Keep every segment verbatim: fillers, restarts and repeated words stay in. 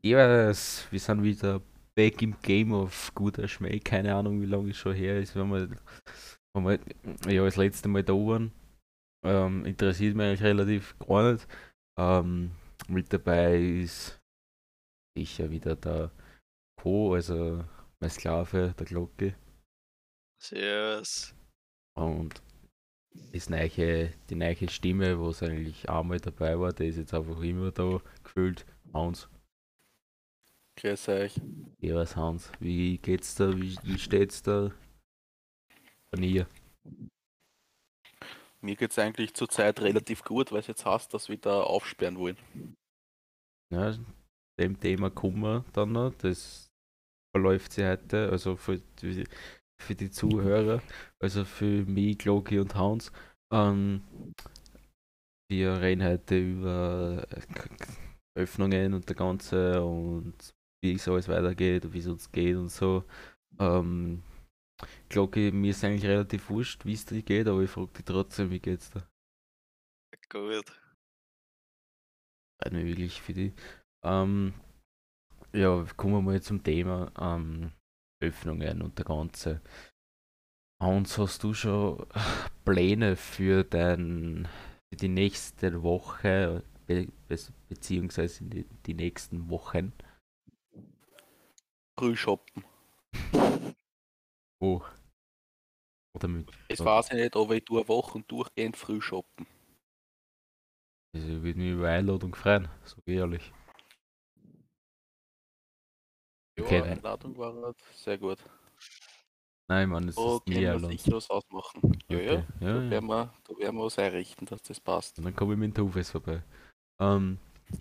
Ja, es, wir sind wieder back im Game of guter Schmäh. Keine Ahnung, wie lange es schon her ist, wenn wir, wenn wir ja, das letzte Mal da waren. Ähm, interessiert mich eigentlich relativ gar nicht. Ähm, mit dabei ist sicher wieder der Co, also mein Sklave, der Glocke. Servus. Und das neue, die neue Stimme, wo es eigentlich einmal dabei war, der ist jetzt einfach immer da gefühlt. Hans, Grüß euch. Servus Hans, wie geht's da? Wie, wie steht's da bei dir? Mir geht es eigentlich zurzeit relativ gut, weil es jetzt heißt, dass wir wieder aufsperren wollen. Ja, dem Thema kommen wir dann noch. Das verläuft sich heute, also für die, für die Zuhörer, also für mich, Gloki und Hans. Ähm, wir reden heute über Öffnungen und der ganze und wie es alles weitergeht und wie es uns geht und so. Ähm, Gloki, mir ist eigentlich relativ wurscht, wie es dir geht, aber ich frage dich trotzdem, wie geht's dir? Gut. Freut mich wirklich für dich. Ähm, ja, kommen wir mal zum Thema ähm, Öffnungen und der ganze. Hans, hast du schon Pläne für, dein, für die nächste Woche be, be, beziehungsweise die, die nächsten Wochen? Früh shoppen. Oh, oder mit, Es oder, weiß ich nicht, aber ich tue Wochen durchgehend früh shoppen. also ich würde mich über Einladung freuen, so ehrlich. Okay, Ja, nein, Einladung war halt sehr gut. nein, Mann, es Da ist nie können wir Irland. sicher was ausmachen. Ja, ja, Okay, ja, da ja. werden wir, da werden wir was einrichten, dass das passt. Und dann komme ich mit dem Hufes vorbei. Ähm,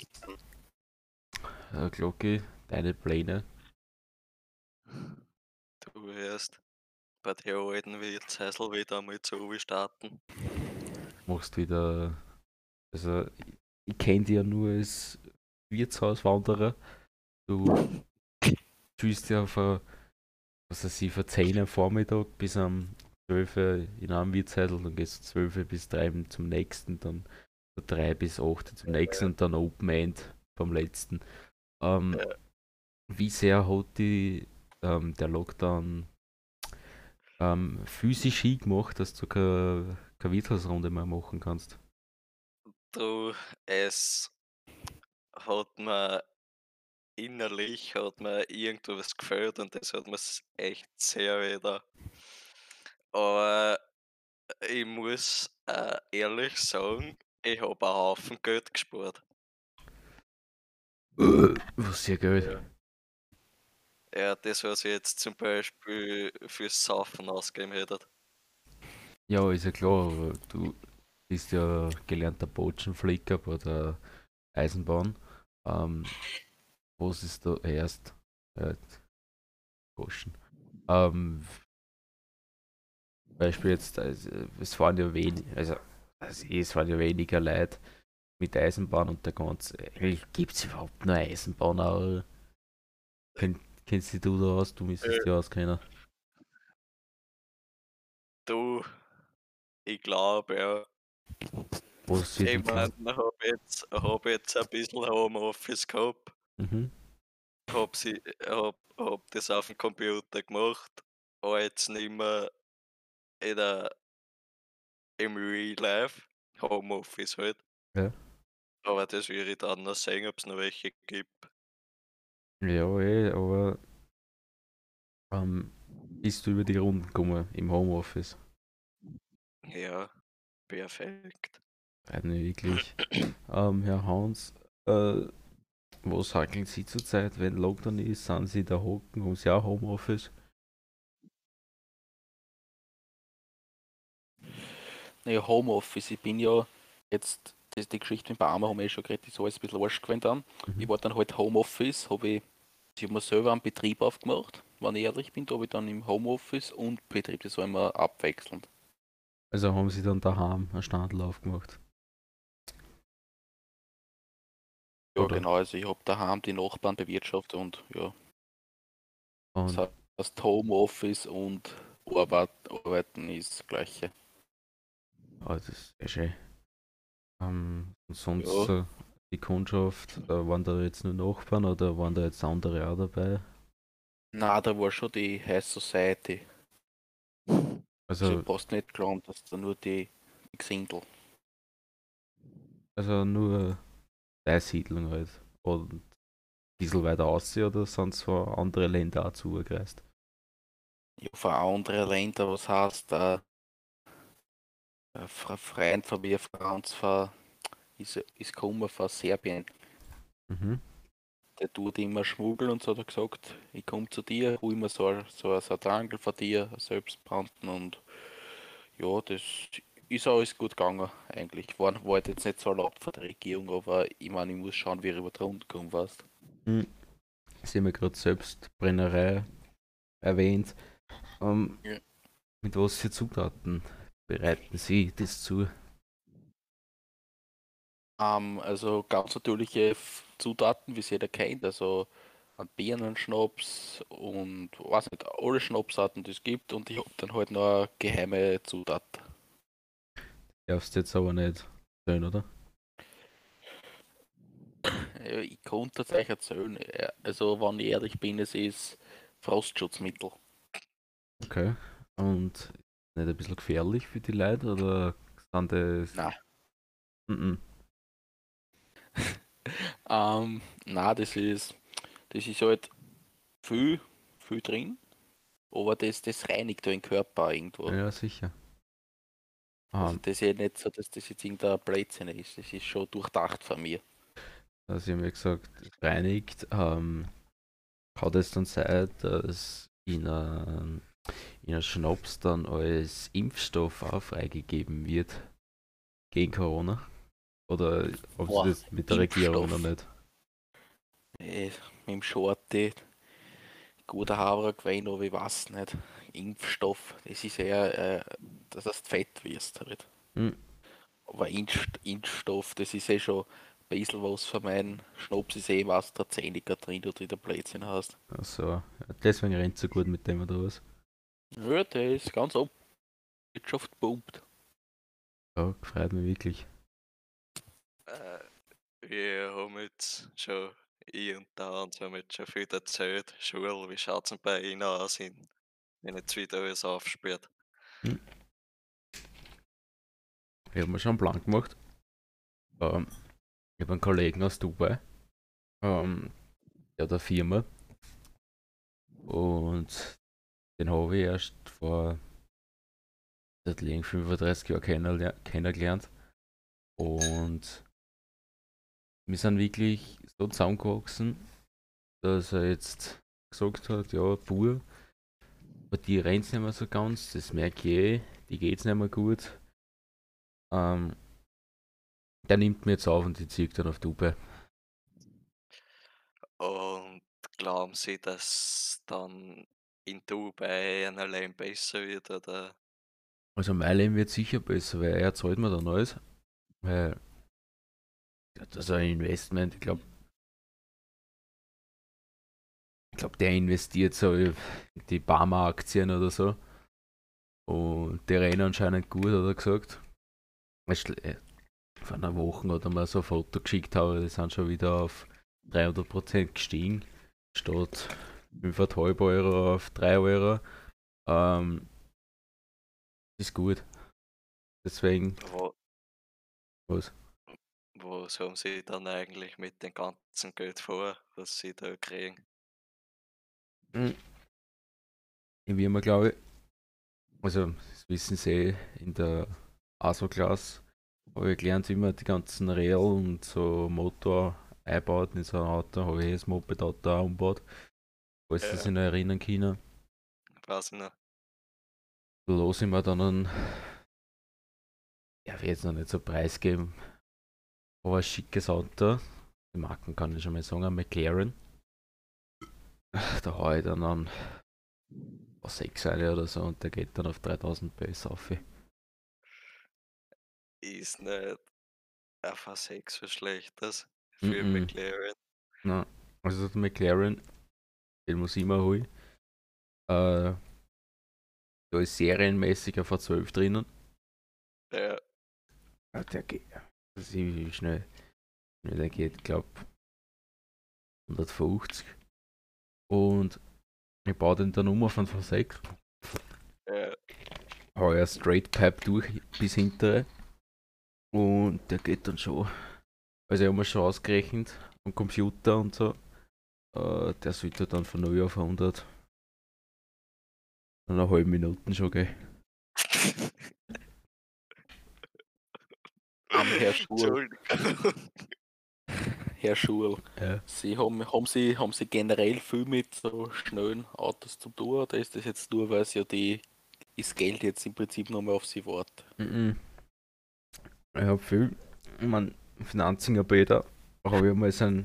äh, Glocki, deine Pläne? Du wirst bei der alten Wirtshäusl wieder einmal zu starten. Machst wieder, also ich kenne dich ja nur als Wirtshauswanderer. Du tust ja auf ein, was weiß ich, von zehn am Vormittag bis am zwölf in einem Wirtshaus, dann gehst du zwölf bis drei zum nächsten, dann von drei bis acht zum nächsten und dann Open End vom letzten. Ähm, Äh, wie sehr hat die, ähm, der Lockdown ähm, physisch hingemacht, dass du keine, keine Wirtshausrunde mehr machen kannst? du, es hat mir innerlich hat mir irgendwo was gefällt und das hat mir echt sehr wieder. Aber ich muss äh, ehrlich sagen, ich habe einen Haufen Geld gespart. Äh, Was sehr Geld. Ja. Ja, das, was ich jetzt zum Beispiel fürs Saufen ausgegeben hätte. Ja, ist ja klar, aber du bist ja gelernter Botschenflicker bei der Eisenbahn. Ähm, was ist da erst? Äh, Goschen. Ähm, Beispiel jetzt, also, es fahren ja wenig, also, also es fahren ja weniger Leute mit der Eisenbahn und der ganze. Gibt es überhaupt noch Eisenbahn? Auch? Kenn, kennst dich du da aus? Du müsstest Äh, dich auskennen. Du, ich glaube, ja. Was wird Ich denn meine, gesagt? ich habe jetzt, hab jetzt ein bisschen Homeoffice gehabt, Mhm. habe hab, hab das auf dem Computer gemacht, aber jetzt nicht mehr in der, im Real Life, Homeoffice halt. Ja. Aber das würde ich dann noch sehen, ob es noch welche gibt. Ja, eh, aber ähm, bist du über die Runden gekommen im Homeoffice? Ja, perfekt. Äh, nicht wirklich. Ähm, Herr Hans, äh, was hakeln Sie zurzeit, wenn Lockdown ist? Sind Sie da hocken? Haben Sie auch Homeoffice? Naja, Homeoffice. Ich bin ja jetzt, das, die Geschichte mit Barmer haben wir eh schon geredet, ist alles ein bisschen Arsch gewesen dann. Mhm. Ich war dann halt Homeoffice, habe ich, ich hab mir selber einen Betrieb aufgemacht, wenn ich ehrlich bin, da habe ich dann im Homeoffice und Betrieb, das war immer abwechselnd. Also haben Sie dann daheim einen Standel aufgemacht? Ja, Oder? genau, also ich habe daheim die Nachbarn bewirtschaftet und ja, das Und heißt Homeoffice und Arbeit, Arbeiten ist das Gleiche. ah, das ist sehr schön. Ähm, und sonst Ja, so. die Kundschaft? Äh, waren da jetzt nur Nachbarn oder waren da jetzt andere auch dabei? Na, da war schon die High Society. Also Also, passt nicht klar, dass da nur die Gesindel. also nur deine Siedlung halt. Und ein bisschen weiter aussehen oder sind es von anderen Ländern auch zugereist? Ja, von anderen Ländern, was heißt, äh, ein Fre- Freund von mir, Franz, von, ist, ist gekommen von Serbien. Mhm. Der tut immer schmuggeln und so hat er gesagt, ich komme zu dir, hol mir so, ein- so ein Satangel von dir, einen selbstbrannten und ja, das ist alles gut gegangen eigentlich. War, war halt jetzt nicht so laut von der Regierung, aber ich meine, ich muss schauen, wie ich über die Runde komme, weißt. Mhm. Sie haben ja gerade Selbstbrennerei erwähnt. Ähm, Ja. mit was für Zutaten bereiten Sie das zu? Ähm, also ganz natürliche F- Zutaten, wie es jeder kennt, also ein Birnenschnaps und weiß nicht, alle Schnapsarten, die es gibt und ich hab dann halt noch eine geheime Zutat. Darfst jetzt aber nicht sein, oder? Ja, ich konnte es euch erzählen, ja, also wenn ich ehrlich bin, es ist Frostschutzmittel. Okay. Und nicht ein bisschen gefährlich für die Leute oder sind das. Nein. Mhm. Ähm, na, das ist, das ist halt viel, viel drin, aber das, das reinigt den Körper irgendwo. Ja, sicher. Also Ähm, das ist ja nicht so, dass das jetzt irgendein Blödsinn ist. Das ist schon durchdacht von mir. also Sie haben ja gesagt, reinigt. Ähm, kann das dann sein, dass in einem, in einem Schnaps dann als Impfstoff auch freigegeben wird gegen Corona? Oder haben Sie Boah, das mit der Regierung noch Impfstoff. nicht? Äh, mit dem Shorty, guter Havrequin, aber ich weiß nicht. Impfstoff, das ist eher, äh, dass du fett wirst halt. Hm, Aber Impfst- Impfstoff, das ist eh schon ein bisschen was für meinen Schnaps, ist eh was, der Zehniger drin oder wie der Blödsinn hast. also, deswegen rennt so gut mit dem oder was? Ja, der ist ganz ab. Wirtschaft boomt. Ja, freut mich wirklich. Äh, wir haben jetzt schon, ich und der Hans haben jetzt schon viel erzählt. Schule, wie schaut es denn bei Ihnen aus, in- wenn jetzt wieder alles aufsperrt? Hm. Ich habe mir schon einen Plan gemacht. Ähm, ich habe einen Kollegen aus Dubai, ähm, der hat eine Firma und den habe ich erst vor seit liegen fünfunddreißig Jahren kennenler- kennengelernt und wir sind wirklich so zusammengewachsen, dass er jetzt gesagt hat, ja, Bur, bei dir rennt's nicht mehr so ganz, das merke ich eh, die geht's nicht mehr gut. Ähm, der nimmt mir jetzt auf und die zieht dann auf Dubai. Und glauben Sie, dass dann in Dubai ein allein besser wird, oder? Also mein Leben wird sicher besser, weil er zahlt mir dann alles. Weil das ist ein Investment, ich glaube, ich glaube, der investiert so in die Barmer-Aktien oder so. Und die rennen anscheinend gut, hat er gesagt. Äh, Vor einer Woche hat er mir so ein Foto geschickt, aber die sind schon wieder auf dreihundert Prozent gestiegen. Statt fünf Komma fünf Euro auf drei Euro. Ähm, ist gut. Deswegen, Wo, was? was haben Sie dann eigentlich mit dem ganzen Geld vor, was Sie da kriegen? Hm, ich will mir, glaube ich, also das wissen Sie eh, in der A S O-Klasse habe ich gelernt, wie man die ganzen Räder und so Motor einbaut in so ein Auto. Habe ich das Moped-Auto auch umgebaut, falls Sie Ja, sich noch erinnern können. weiß ich nicht. Da los ich mir dann einen, ja, ich will jetzt noch nicht so preisgeben, aber ein schickes Auto. Die Marken kann ich schon mal sagen, ein McLaren. Da haue ich dann an sechs rein oder so und der geht dann auf dreitausend P S auf. Ist nicht F sechs so schlechtes für Mhm. McLaren. Na, also der McLaren, den muss ich immer holen. Äh, da ist serienmäßig ein V zwölf drinnen. Ja, Ja, der geht. Das ist ewig schnell. Ja, der geht, glaub, hundertfünfzig. Und ich baue den dann um auf einen V sechs. Ja. Hau ja straight Pipe durch bis hintere. Und der geht dann schon. Also ich habe mir schon ausgerechnet am Computer und so. Äh, der sollte dann von null auf hundert in einer halben Minute schon gehen. Am Herr Schul, Entschuldigung. Herr Schul. Ja. Sie haben, haben, Sie, haben Sie generell viel mit so schnellen Autos zu tun, oder ist das jetzt nur, weil es ja die, das Geld jetzt im Prinzip nochmal auf Sie wartet? Mhm. Ich habe viel. Ich mein, auf den Anzinger Bäder habe ich einmal so ein,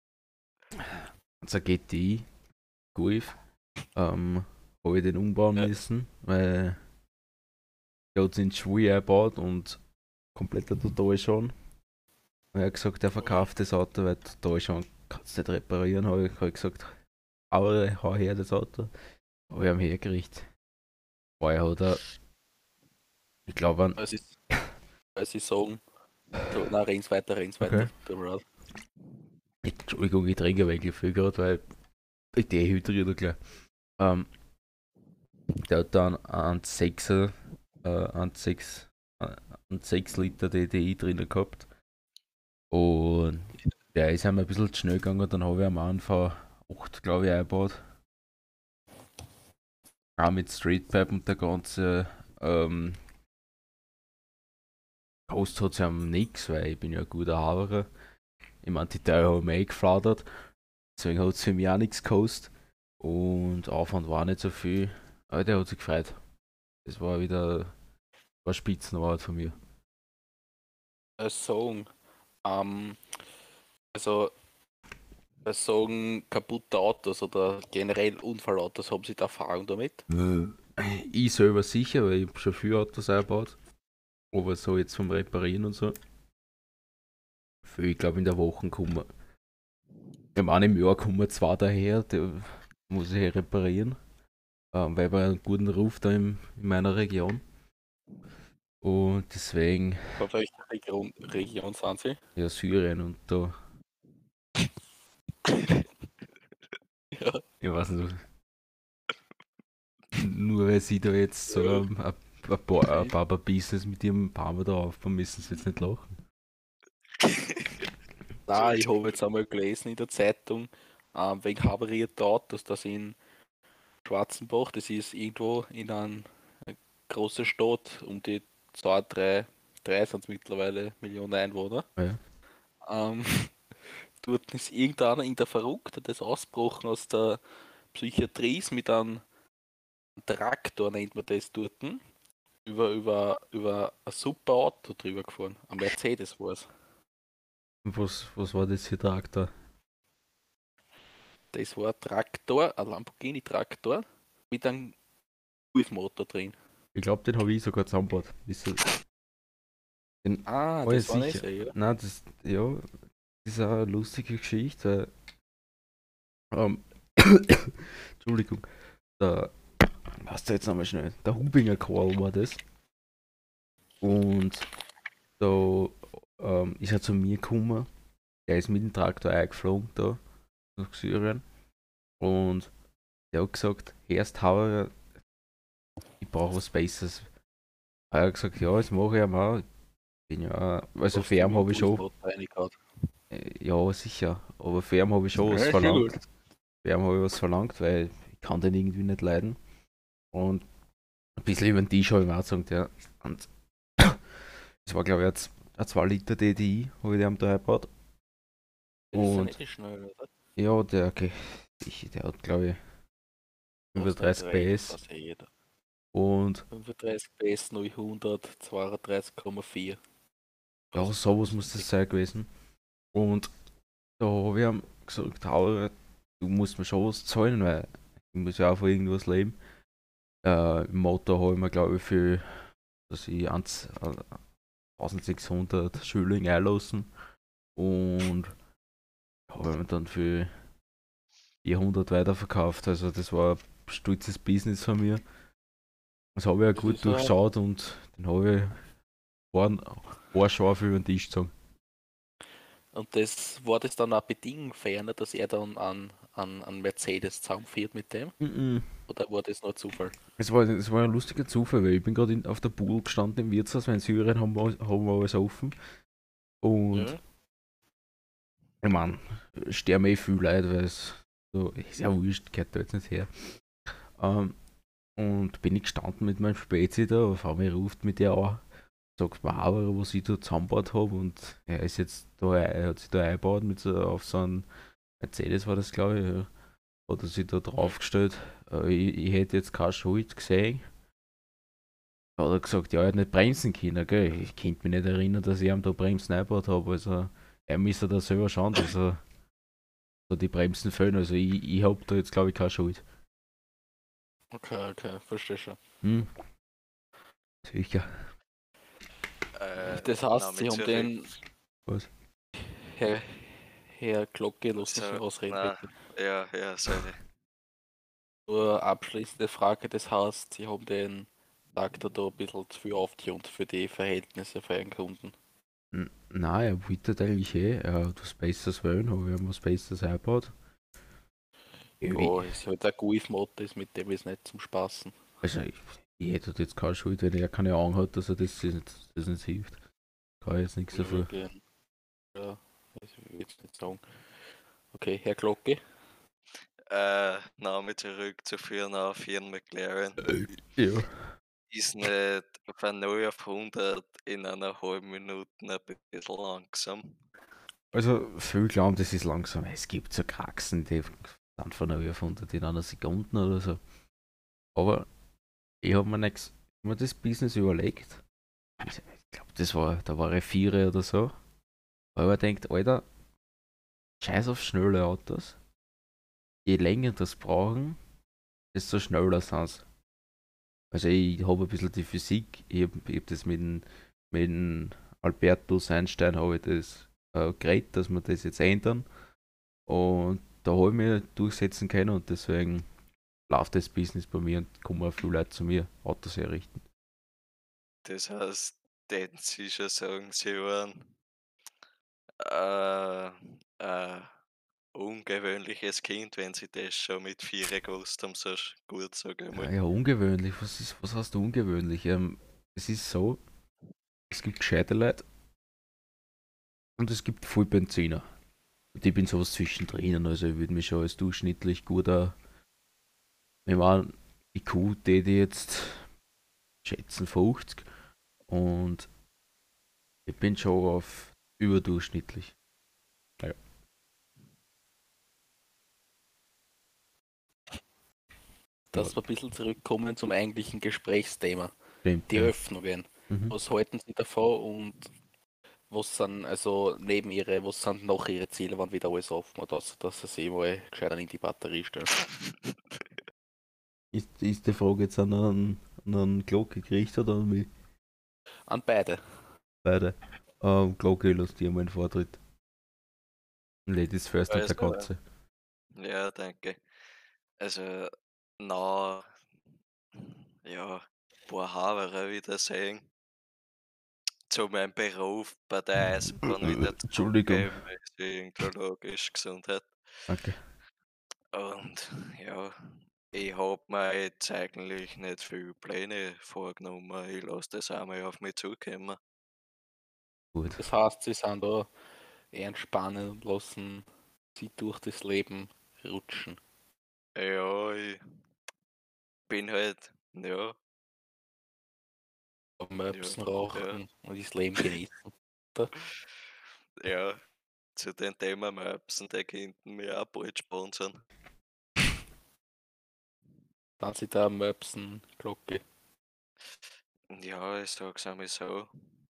so ein G T I Golf. Ähm, habe ich den umbauen Ja. müssen, weil der hat sich in die Schule eingebaut und kompletter Totalschaden. Und er hat gesagt, er verkauft das Auto, weil Totalschaden kannst du nicht reparieren. Habe ich, hab ich gesagt, aber hau her das Auto. Aber ich habe ihn hergerichtet. Vorher hat er, ich glaube, an. Weil Sie, weil Sie sagen, so, na, renn's weiter, renn's Okay. weiter. Tut mir leid. Entschuldigung, ich trinke wirklich viel gerade, weil ich dehydriere da gleich. Ähm, der hat dann einen sechser, äh, einen sechs, äh, einen sechs Liter D D I drin gehabt. Und der ist einmal ein bisschen zu schnell gegangen, dann habe ich am Anfang acht, glaube ich, eingebaut. Auch mit Streetpipe und der ganze ähm, Kost hat sich am nix, weil ich bin ja ein guter Haberer. Ich meine, die Teile habe ich mir eh gefladert, deswegen hat es für mich auch nichts gekostet. Und Aufwand war nicht so viel, aber der hat sich gefreut. Das war wieder eine Spitzenarbeit von mir. Äh, Sagen, ähm, also, bei Sagen kaputte Autos oder generell Unfallautos, haben Sie da Erfahrung damit? Ich selber sicher, weil ich hab schon viele Autos eingebaut. Aber so jetzt vom Reparieren und so. Für, ich glaube in der Woche kommen. Im einem Jahr kommen zwei daher, der muss ich reparieren. Ähm, weil wir einen guten Ruf da im, in meiner Region. Und deswegen, Von welcher Region, Region sind Sie? ja, Syrien und da, Ja, ich weiß nicht, nur weil sie da jetzt so ein, ein, ein, paar, ein paar Business mit ihrem Partner da aufbauen, müssen sie jetzt nicht lachen. nein, ich habe jetzt einmal gelesen in der Zeitung, ähm, wegen havarierter Autos, dass in Schwarzenbach, das ist irgendwo in einer großen Stadt, um die zwei, drei, drei sind es mittlerweile Millionen Einwohner. Ja. Ähm, dort ist irgendeiner in der Verrückte, das ausgebrochen aus der Psychiatrie ist mit einem Traktor, nennt man das dort, über, über, über ein super Auto drüber gefahren. Ein Mercedes war es. Was, was war das hier Traktor? Das war ein Traktor, ein Lamborghini Traktor mit einem Golfmotor drin. Ich glaube, den habe ich sogar zusammengebaut. Ist das- Den, Ah, oh, das ja, war nicht sicher. so, ja. Nein, das, ja, das ist auch eine lustige Geschichte. Weil, ähm, Entschuldigung, der, was da jetzt nochmal schnell? Der Hubinger Karl war das. Und da ähm, ist er zu mir gekommen. Der ist mit dem Traktor eingeflogen da nach Syrien. Und der hat gesagt, erst Hauer, ich brauche was Besseres. Er hat gesagt, ja, das mache ich einmal. Bin ja, also Hast Färm du habe ich schon. Golfmotor reingehauen? Äh, Ja, sicher. Aber Färm habe ich schon was Ja, sehr verlangt. gut. Färm habe ich was verlangt, weil ich kann den irgendwie nicht leiden. Und ein bisschen über den Tisch habe ich mir auch gesagt, ja. Und das war, glaube ich, jetzt ein zwei Liter D D I, habe ich dem da eingebaut. Das ist ja Und nicht schnell, oder? ja, der, okay, ich, der hat, glaube ich, über Was dreißig P S. weiß ja jeder. Und fünfunddreißig P S, neunhundert, zweiunddreißig Komma vier. ja, sowas muss das sein gewesen. Und da habe ich ihm gesagt, Hauer, du musst mir schon was zahlen, weil ich muss ja auch von irgendwas leben. Äh, Im Motor habe ich mir, glaube ich, für dass ich eins, äh, eintausendsechshundert Schilling einlassen. Und habe ich mir dann für vierhundert weiterverkauft. Also das war ein stolzes Business von mir. Das habe ich ja Das gut ist ja- durchschaut und den habe ich ein paar Schafe über den Tisch gezogen. Und das war das dann eine Bedingung ferner, dass er dann an, an, an Mercedes zusammenfährt mit dem? Mhm. Oder war das nur Zufall? Es war, es war ein lustiger Zufall, weil ich bin gerade auf der Pool gestanden im Wirtshaus, weil in Syrien haben wir, haben wir alles offen. Und Ja. ich meine, sterben eh viel Leute, weil es so, ist ja wurscht, gehört da jetzt nicht her. Ähm, und bin ich gestanden mit meinem Spezi da, auf einmal ruft mit der an, sagt mir aber, was ich da zusammengebaut habe und er ist jetzt da, er hat sich da eingebaut mit so, auf so einen Mercedes war das glaube ich, ja. Hat er sich da draufgestellt, äh, ich, ich hätte jetzt keine Schuld gesehen. Hat er gesagt, ja, er hat nicht bremsen können, gell. Ich könnte mich nicht erinnern, dass ich ihm da Bremsen eingebaut habe, also er müsste da selber schauen, dass er so die Bremsen fehlen, also ich, ich habe da jetzt glaube ich keine Schuld. Okay, okay, verstehe schon. Hm, sicher. Äh, Das heißt, Name sie haben zurück. den Was? Herr, Herr Glocke, lass mich So, ausreden, na, bitte. ja, ja, sorry. Nur abschließende Frage, das heißt, sie haben den Traktor da ein bisschen zu viel aufgetunt für die Verhältnisse für ihren Kunden. N- Nein, er wollte eigentlich eh, er hat was Besseres wollen, aber wir haben was Besseres eingebaut. Ja, Ich, es ist halt ein Golf-Motto, ist mit dem ist nicht zum Spaßen. also ich, ich hätte jetzt keine Schuld, wenn er keine Ahnung hat, dass er das, nicht- das nicht hilft. Kann ich jetzt nichts Ja, dafür. gehen. Ja, ich will jetzt nicht sagen. Okay, Herr Glocke. Äh, Name zurückzuführen auf Ian McLaren. Ja. Ist nicht von null auf hundert in einer halben Minute ein bisschen langsam. Also, viele glauben, das ist langsam. Es gibt so Kraxen, die sind von null auf hundert in einer Sekunde oder so. Aber ich habe mir, nix, mir das Business überlegt. Ich glaube, das war, da war ich vier oder so. Weil man denkt, Alter, scheiß auf schnelle Autos. Je länger das brauchen, desto schneller sind sie. Also ich habe ein bisschen die Physik, ich habe hab das mit dem, mit dem Albertus Einstein habe ich das äh, geredet, dass wir das jetzt ändern. Und da habe ich mich durchsetzen können und deswegen läuft das Business bei mir und kommen auch viele Leute zu mir, Autos herrichten. Das heißt, den Sie schon sagen, Sie waren äh, äh, ungewöhnliches Kind, wenn Sie das schon mit vier gewusst haben, so sch- gut, sage ich Ja, mal. ja, ungewöhnlich. Was ist, was heißt ungewöhnlich? Ähm, es ist so, es gibt gescheite Leute und es gibt voll Benziner. Und ich bin sowas zwischendrin, also ich würde mich schon als durchschnittlich guter, ich meine, I Q tät ich jetzt schätzen fünfzig und ich bin schon auf überdurchschnittlich. Ja, Dass wir ein bisschen zurückkommen zum eigentlichen Gesprächsthema. stimmt, Die ja. Öffnungen. Mhm. Was halten Sie davon und was sind, also neben Ihre, was sind noch Ihre Ziele, wann wieder alles offen oder dass, dass Sie sich mal gescheit in die Batterie stellen? Ist, ist die Frage jetzt an einen, an einen Glocke gerichtet oder an mich? An beide. Beide. Ähm, Glocke, lass dir mal einen Vortritt. Ladies first und der Also, Katze. ja, danke. Also, na, ja, paar Haare wieder sehen. Zu meinem Beruf bei der Eisenbahn wieder Entschuldigung. zurückgeben, ist irgendwo logisch, Gesundheit. Danke. Und ja, ich habe mir jetzt eigentlich nicht viele Pläne vorgenommen. Ich lasse das einmal auf mich zukommen. Gut. Das heißt, Sie sind da eher entspannen und lassen Sie durch das Leben rutschen. Ja, ich bin halt, ja, ja, Möpsen ja, rauchen und das Leben genießen. Oder? ja. Zu dem Thema Möpsen, der könnten wir auch bald sponsern. Dann Sie da Möpsen, Glocke. Ja, ich sag's einmal so.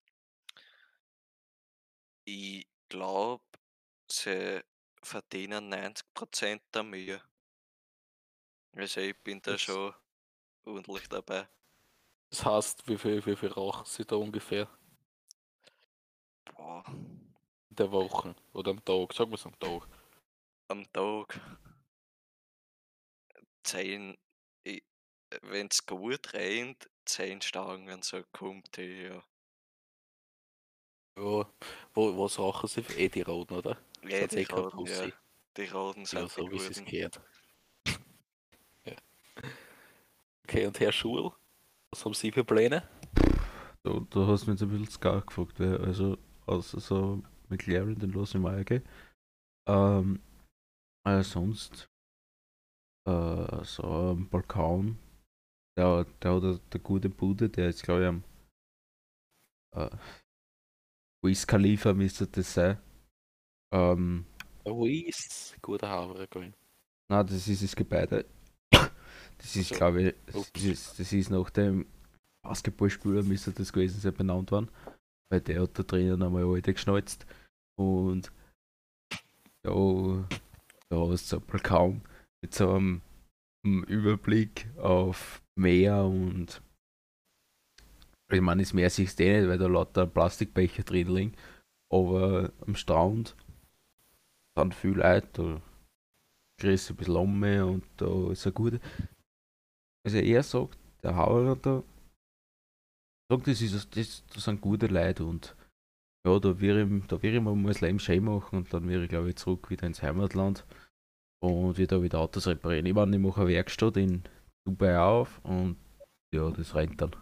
Ich glaube, sie verdienen neunzig Prozent an mir. Also ich bin da Das, schon ordentlich dabei. das heißt, wie viel, wie viel rauchen Sie da ungefähr Boah, in der Woche oder am Tag? Sagen wir es am Tag. am Tag zehn, wenn es gut regnet, zehn Stangen, so kommt die, ja. Ja, wo, was rauchen sie? Eh die Roten, oder? Ja, Sind die sie eh kein Roten, ja. Pussy? Die Roten Ja, sind die so wie sie es Guten. gehört. Ja. Okay, und Herr Schul, was haben Sie für Pläne? Du, du hast mich jetzt ein bisschen scar gefragt, weil also außer so McLaren, den lasse ich mal eingehen. Ähm, äh, sonst äh, so ein Balkan, der, der hat eine- der gute Bude, der ist glaube ich am äh, Wiz Khalifa müsste das sein. Ähm, Wo ist guter Havregrün? na, das ist das Gebäude. Das ist Also, glaube ich, das ups. ist, das ist nach dem Basketballspieler müsste das gewesen sein, benannt worden, weil der hat da drinnen einmal alte geschnalzt und da, da hast du so einen Balkon mit so einem, einem Überblick auf Meer und ich meine, das Meer siehst du eh nicht, weil da lauter Plastikbecher drin liegen, aber am Strand sind viele Leute, da kriegst du ein bisschen um und da ist ein guter. Also er sagt, der Hauer da, sagt, das, ist, das, das sind gute Leute und ja, da will ich, da will ich mir mal das Leben schön machen und dann will ich glaube ich zurück wieder ins Heimatland und wieder wieder Autos reparieren. Ich meine, ich mache eine Werkstatt in Dubai auf und ja, das rennt dann.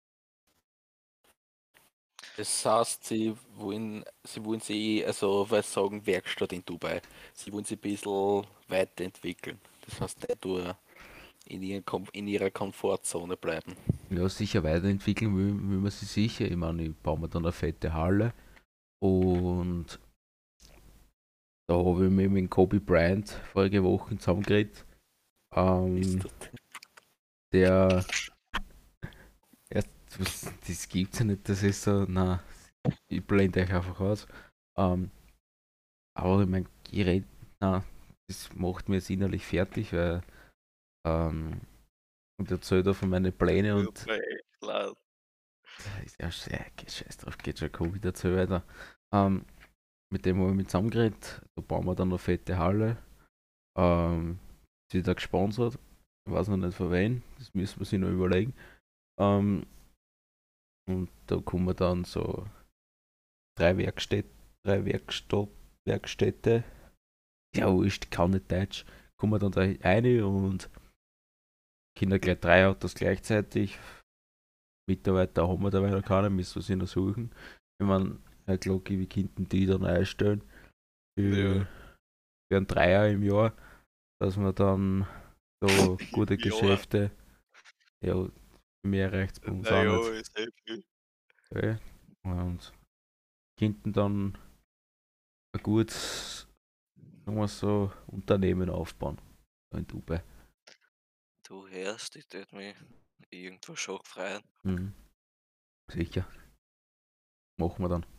Das heißt, Sie wollen, Sie wollen sie, also was sagen, Werkstatt in Dubai. Sie wollen sie ein bisschen weiterentwickeln. Das heißt, nicht nur in, ihren, Kom- in ihrer Komfortzone bleiben. Ja, sicher weiterentwickeln will, will man sich sicher. Ich meine, ich baue mir dann eine fette Halle und da habe ich mich mit dem Kobe Bryant vorige Woche zusammengeredet. Ist Ähm, das der, erst, was, das gibt's ja nicht, das ist so, na, ich blende euch einfach aus. Ähm, aber ich meine, ich red, na, das macht mir jetzt innerlich fertig, weil ähm, und erzählt da von meinen Plänen Tut und mir echt leid. ist ja scheiße, geht scheiß drauf, geht schon Covid dazu weiter. Ähm, mit dem habe ich mich zusammengeredet, da bauen wir dann eine fette Halle. Ähm, ist wieder gesponsert, ich weiß noch nicht von wem, das müssen wir sich noch überlegen. Ähm, und da kommen wir dann so drei Werkstätten, drei Werkstatt, Werkstätte, ja wurscht, kann nicht Deutsch, kommen wir dann da rein und Kinder gleich drei Autos gleichzeitig. Mitarbeiter haben wir dabei noch keine, müssen wir sie noch suchen. Ich meine, Herr Glocki, wie könnten die dann einstellen Ja. für, für einen Dreier im Jahr, dass wir dann so gute Ja, Geschäfte, ja, mehr reicht bei uns auch naja, nicht. ist eh viel. Okay. Und könnten dann ein gutes, sagen wir so, Unternehmen aufbauen. Da in Dubai. Du hörst, ich tät mich irgendwo schon freuen. Mhm. Sicher. Machen wir dann.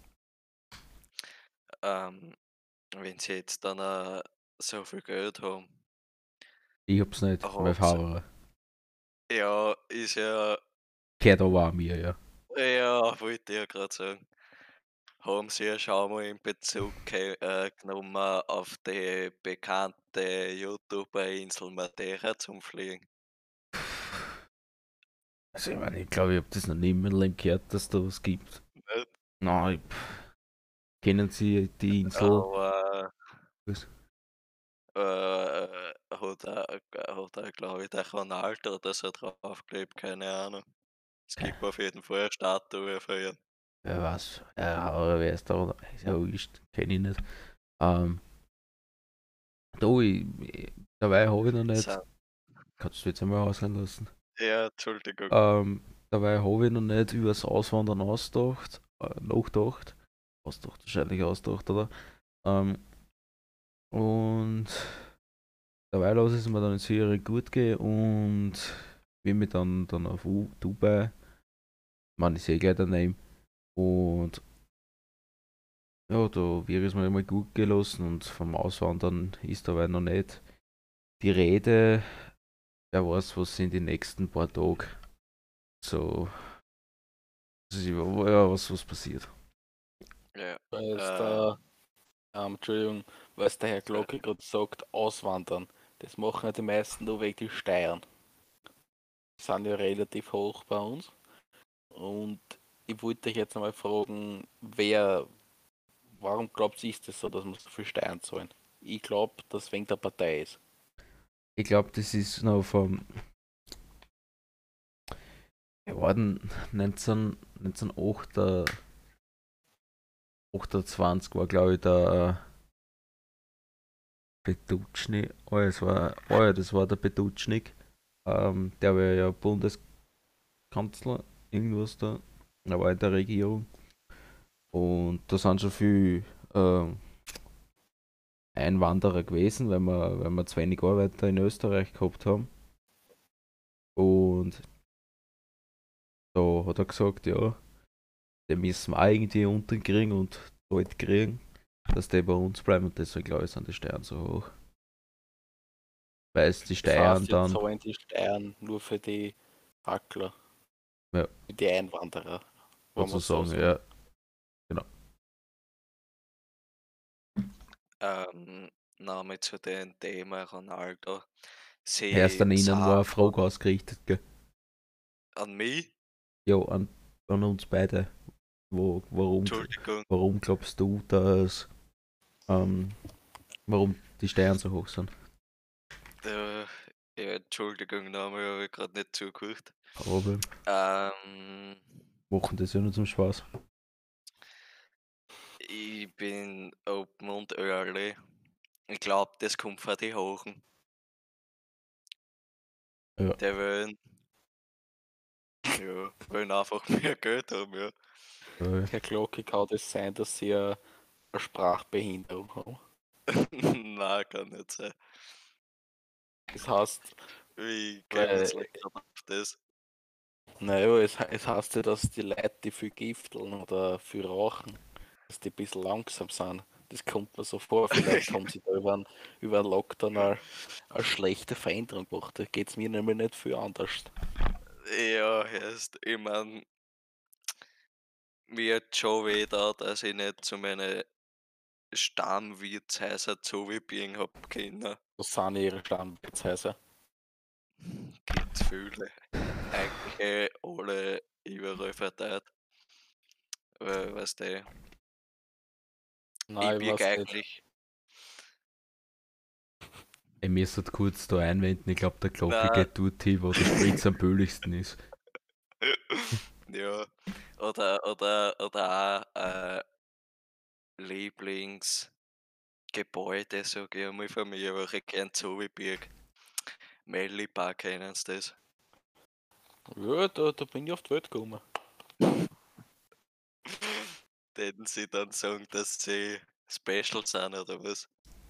Ähm, wenn sie jetzt dann äh, so viel Geld haben, Ich hab's nicht, mein haben sie, Fahrer. ja, ist ja, Gehört aber auch mir, ja. ja, wollte ich ja gerade sagen, haben sie ja schon mal in Bezug ge äh, genommen auf die bekannte YouTuber-Insel Madeira zum Fliegen. Also ich meine, ich glaube, ich habe das noch nie in meinem Leben gehört, dass da was gibt. Nicht? Nein, pff, kennen Sie die Insel? Aber Was? äh, hat er, hat er glaube ich, der Ronaldo oder so draufgeklebt, keine Ahnung. Es gibt auf jeden Fall eine Statue für ihn. Wer weiß. Ja, aber wer ist da? Ist ja wurscht, kenne ich nicht. Ähm, da, ich, ich, dabei habe ich noch nicht. Sa- Kannst du jetzt einmal ausreden lassen? Ja, Entschuldigung. Ähm, dabei habe ich noch nicht über das Auswandern ausgedacht, äh, nachgedacht. Ausgedacht, wahrscheinlich ausgedacht, oder? Ähm, und dabei lasse ich es mir dann in Serie gut gehen und will mich dann, dann auf U Dubai, man, ich sehe gleich daneben. Und ja, da wird es mir immer gut gelassen und vom Auswandern ist dabei noch nicht die Rede. Wer weiß, was in den nächsten paar Tagen so, also, ja, was, was passiert. Ja. Weil es Äh, da, ähm, Entschuldigung, weil es der Herr Glocke gerade sagt, auswandern. Das machen ja die meisten nur wegen die Steuern. Die sind ja relativ hoch bei uns. Und ich wollte dich jetzt einmal fragen, wer, warum glaubt ihr, ist das so, dass wir so viel Steuern zahlen? Ich glaube, dass wegen der Partei ist. Ich glaube, das ist noch vom. Ja, war denn neunzehn, neunzehnhundertachtundzwanzig war, glaube ich, der Petutschnik. Oh, es war, oh ja, das war der Petutschnik. Ähm, der war ja Bundeskanzler, irgendwas da. Er war in der Regierung. Und da sind schon viele ähm, Einwanderer gewesen, weil wir, weil wir zu wenig Arbeiter in Österreich gehabt haben. Und da hat er gesagt, ja, den müssen wir auch irgendwie unterkriegen und dort kriegen, dass die bei uns bleiben und deswegen glaube ich sind die Steuern so hoch. Weil es die Das Steuern heißt, dann, jetzt zahlen die Steuern nur für die Hackler, ja, für die Einwanderer, wenn man so sozusagen, sagen. ja, Ähm, Name zu dem Thema Ronaldo. erst Sie an ihnen war eine sagen Frage ausgerichtet, gell? an mich, Ja, an, an uns beide. Wo, warum, Entschuldigung, warum glaubst du, dass, ähm, warum die Steuern so hoch sind? äh, ja, Entschuldigung, Name habe ich gerade nicht zugehört. Kein Problem. Ähm, Machen das ja nur zum Spaß. ich bin open und ehrlich. Ich glaube, das kommt von den Hochen. Ja. Die wollen, ja, wollen einfach mehr Geld haben, ja. Äh, Herr Glocke, kann das sein, dass sie eine, eine Sprachbehinderung haben? Nein, kann nicht sein. Das heißt, Wie kämen weil, jetzt Leute auf das? naja, es, he- es heißt ja, dass die Leute, die viel gifteln oder viel rauchen, dass die ein bisschen langsam sind. Das kommt mir so vor, vielleicht haben sie da über einen, über einen Lockdown eine, eine schlechte Veränderung gemacht. Da geht es mir nämlich nicht viel anders. Ja, heißt, ich mein, mir hat schon weh da, dass ich nicht zu meinen Stammwirtshäusern zubiegen hab können. Das sind ihre Stammwirtshäuser. Gibt's viele. Eigentlich alle überall verteilt. Weil, weißt du, ich Nein, ich bieg weiß nicht. eigentlich. ich müsste kurz da einwenden, ich glaube, der Glocke Nein. geht dort hin, wo der Spritz am billigsten ist. Ja. Oder, oder, oder auch äh, Lieblingsgebäude, sag ich einmal von mir, wo ich gern zubieg. Mellibar, kennen Sie das? Ja, da, da bin ich auf die Welt gekommen. Denen sie dann sagen, dass sie special sind oder was?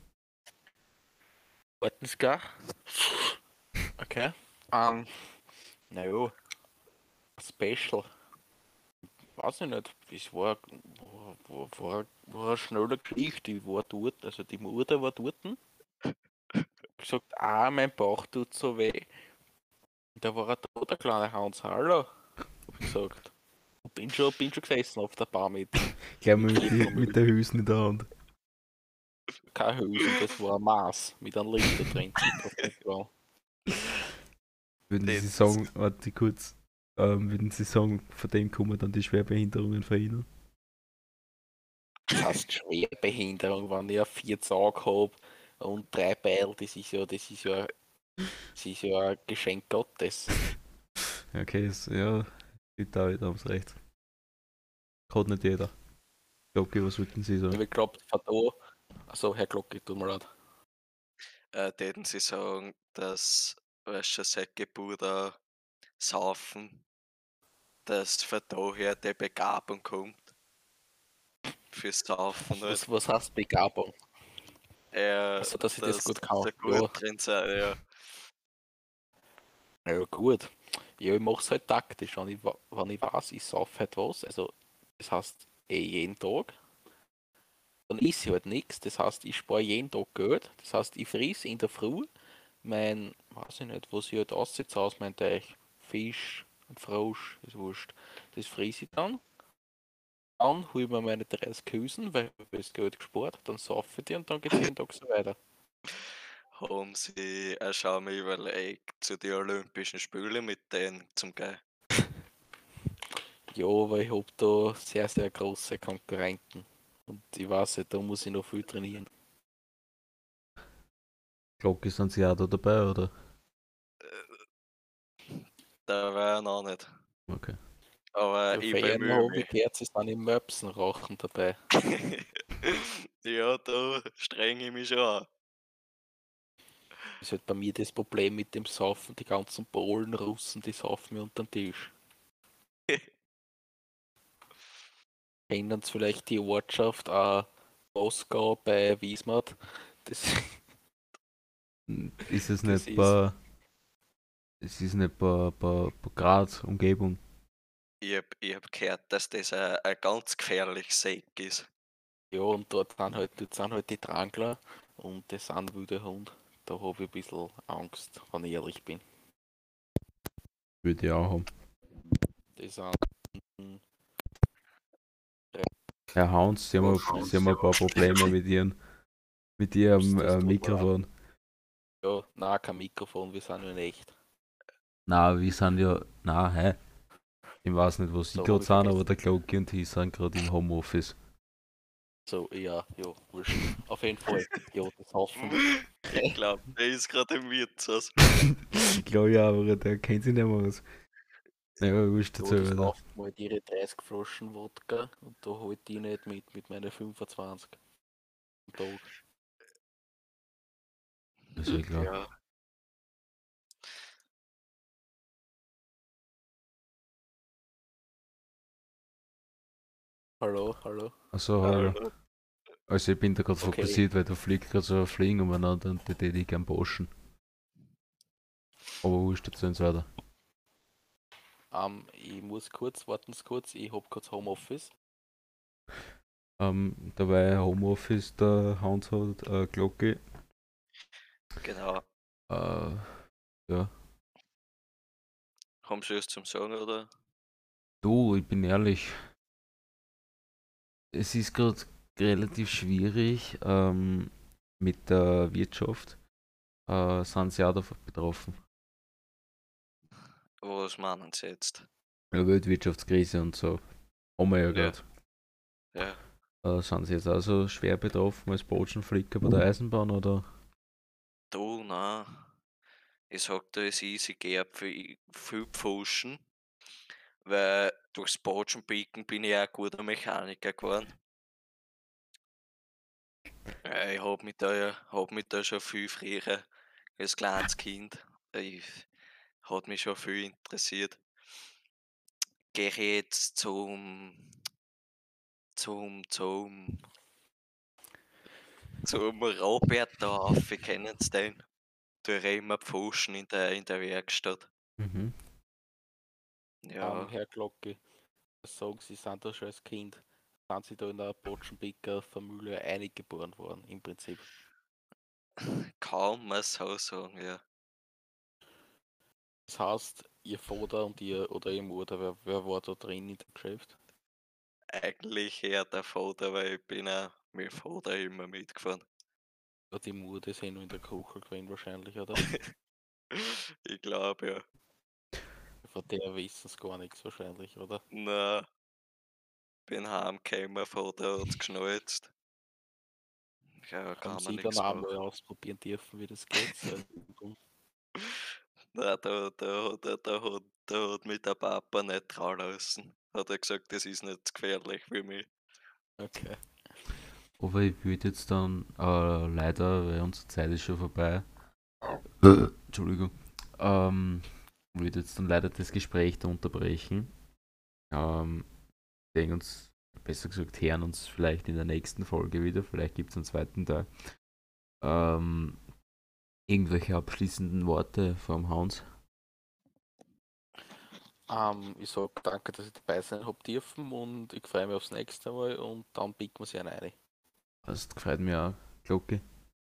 Wartensgar? Okay. Ähm, naja, Special. Weiß ich nicht. Es war, war, war, war, war eine schnelle Geschichte. Ich war dort, also die Mutter war dort. Gesagt, ah, mein Bauch tut so weh. Da war er da, der kleine Hans. Hallo, hab ich gesagt. Und bin schon, bin schon gesessen auf der Bar mit. Gleich mal mit, die, mit der Hülsen in der Hand. Kein Hülsen, das war ein Maß mit einem Liter drin. Citrus. Würden Sie Das- sagen, warte kurz, ähm, würden Sie sagen, von dem kommen dann die Schwerbehinderungen verhindern? Das heißt Schwerbehinderung, wenn ich vier Augen habe und drei Beine, das ist ja, das ist ja, das ist ja ein Geschenk Gottes. Okay, ist, ja, die David haben es recht. Hat nicht jeder. Glocke, was wollten Sie Ich sagen? glaube, von da, also Herr Glocke, tut mir leid. äh, denen sie sagen, dass, weißt du, seit Geburt an saufen, dass von daher die Begabung kommt. Fürs Saufen halt. Was, was heißt Begabung? Äh, Also, dass ich das gut kann. so gut Ja. drin sein, ja. Ja, gut. Ja, ich mache es halt taktisch, wenn ich, wa- wenn ich weiß, ich sauf halt was. Also, das heißt, eh jeden Tag. Dann isst ich halt nichts. Das heißt, ich spare jeden Tag Geld. Das heißt, ich friss in der Früh mein, weiß ich nicht, was ich halt aussitze aus mein Teich. Fisch, ein Frosch, ist wurscht. Das friss ich dann. Dann hole ich mir meine dreißig Hülsen, weil ich das Geld gespart. Dann saufe ich die und dann geht es jeden Tag so weiter. Haben sie auch schon mal überlegt, zu den Olympischen Spielen mit denen zum Gehen. Ja, aber ich habe da sehr, sehr große Konkurrenten. Und ich weiß nicht, da muss ich noch viel trainieren. Glocke sind sie auch da dabei, oder? Da war er noch nicht. Okay. Aber Ja, ich für einen bemühe habe mich. ich gehört, sie sind im Möpsenrauchen dabei. Ja, da strenge ich mich schon an. Das ist halt bei mir das Problem mit dem Saufen, die ganzen Polen, Russen, die saufen mir unter den Tisch. Kennen Sie vielleicht die Ortschaft äh, Moskau bei Wiesmart? Das, Hm, Ist es das nicht ist, bei. Es ist nicht bei, bei, bei Graz, Umgebung. Ich hab, ich hab gehört, dass das ein, ein ganz gefährliches Eck ist. ja, und dort sind halt, dort sind halt die Drangler und das sind wilde Hunde. Da habe ich ein bisschen Angst, wenn ich ehrlich bin. Würde ich auch haben. Die sind Herr Hans, Sie haben, wahrscheinlich, Sie haben ein paar Probleme mit Ihren, mit Ihrem das äh, tut mir leid. Mikrofon. Ja, nein, kein Mikrofon, wir sind ja in echt. Na, wir sind ja. Na, hä? Ich weiß nicht, wo Sie So gerade habe ich sind, aber vergessen. der Glocki und ich sind gerade im Homeoffice. So, ja, ja, wurscht. Auf jeden Fall. Ja, das Haufen. Ich glaube, der ist gerade im Wirtshaus. Ich glaube ja, aber der kennt sich nicht mehr aus. Naja, wurscht Ja, dazu, die oder? saufen halt ihre dreißig Flaschen Wodka und da halt die nicht mit, mit meinen fünfundzwanzig am Tag. Ist ja klar. Ja, Hallo, hallo. Achso, hallo. hallo. Also ich bin da gerade Okay, fokussiert, weil da fliegt gerade so ein Fliegen umeinander und den hätte ich gern boschen. Aber wurscht dazu und so weiter. ähm, ich muss kurz, warten Sie kurz, ich hab kurz Homeoffice. Ähm, dabei Homeoffice, der Hans hat äh, Glocke. Genau. Äh, ja. Haben Sie was zum Sagen, oder? Du, ich bin ehrlich, es ist gerade relativ schwierig ähm, mit der Wirtschaft. Äh, sind sie auch davon betroffen. Was meinen Sie jetzt? Ja, Weltwirtschaftskrise und so. Haben wir ja Ja, gerade. ja. Äh, sind sie jetzt auch so schwer betroffen als Botschenflicker bei der Eisenbahn, oder? Du, na. Ich sag dir, es ist easy, geh viel, viel pfuschen, weil durchs Botschenpicken bin ich auch ein guter Mechaniker geworden. Ja, ich hab mich da ja, hab mich da schon viel früher als kleines Kind. Ich, hat mich schon viel interessiert. Gehe ich jetzt zum, zum, zum, zum Robert da auf, wie kennen Sie den? Der immer pfuschen in der, in der Werkstatt. Mhm. Ähm, Ja, Herr Glocke, was sagen Sie, sind da schon als Kind, sind Sie da in der Botschenpicker-Familie eingeboren worden, im Prinzip? kaum mal so sagen, ja. Das heißt, Ihr Vater und Ihr oder Ihr Mutter, wer, wer war da drin in dem Geschäft? Eigentlich eher der Vater, weil ich bin auch mit dem Vater immer mitgefahren. Ja, die Mutter ist eh nur in der Küche gewesen wahrscheinlich, oder? Ich glaube ja. Von der wissen es gar nichts wahrscheinlich, oder? Na, bin heimgekommen, Vater hat's geschnalzt. Ja, Haben kann man Sie dann nichts auch mal machen. ausprobieren dürfen, wie das geht? So, und- Na, da, da, da, da, hat, da hat mich der Papa nicht trauen lassen. Hat er gesagt, das ist nicht gefährlich für mich. okay. Aber ich würde jetzt dann äh, leider, weil unsere Zeit ist schon vorbei. Äh, Entschuldigung. Ähm, würde jetzt dann leider das Gespräch da unterbrechen. Ähm, sehen uns, besser gesagt, hören uns vielleicht in der nächsten Folge wieder. Vielleicht gibt es einen zweiten Teil. Ähm, irgendwelche abschließenden Worte vom Hans? Ähm, ich sag danke, dass ich dabei sein hab dürfen und ich freue mich aufs nächste Mal und dann picken wir sie rein. Das gefällt mir auch. Glocke.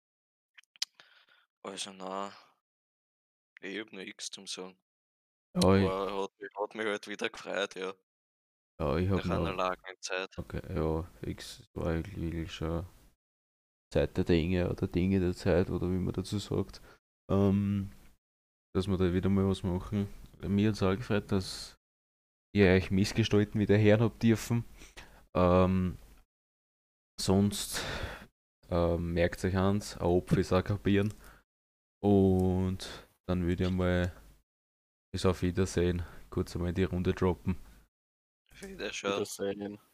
Also, na, ich hab nichts zum Sagen. Ja, ich, War, hat, mich- hat mich halt wieder gefreut, ja. ja, ich habe Nach einer noch. langen Zeit. Okay, ja, fix. Es war eigentlich wirklich schon Zeit der Dinge oder Dinge der Zeit oder wie man dazu sagt. Ähm, dass wir da wieder mal was machen. Mir hat es auch gefreut, dass ihr euch missgestalten wieder hören habt dürfen. Ähm, sonst ähm, merkt euch eins, ein Apfel ist auch kapieren. Und dann würde ich mal bis auf Wiedersehen kurz einmal in die Runde droppen. Wiederschauen. Wiedersehen.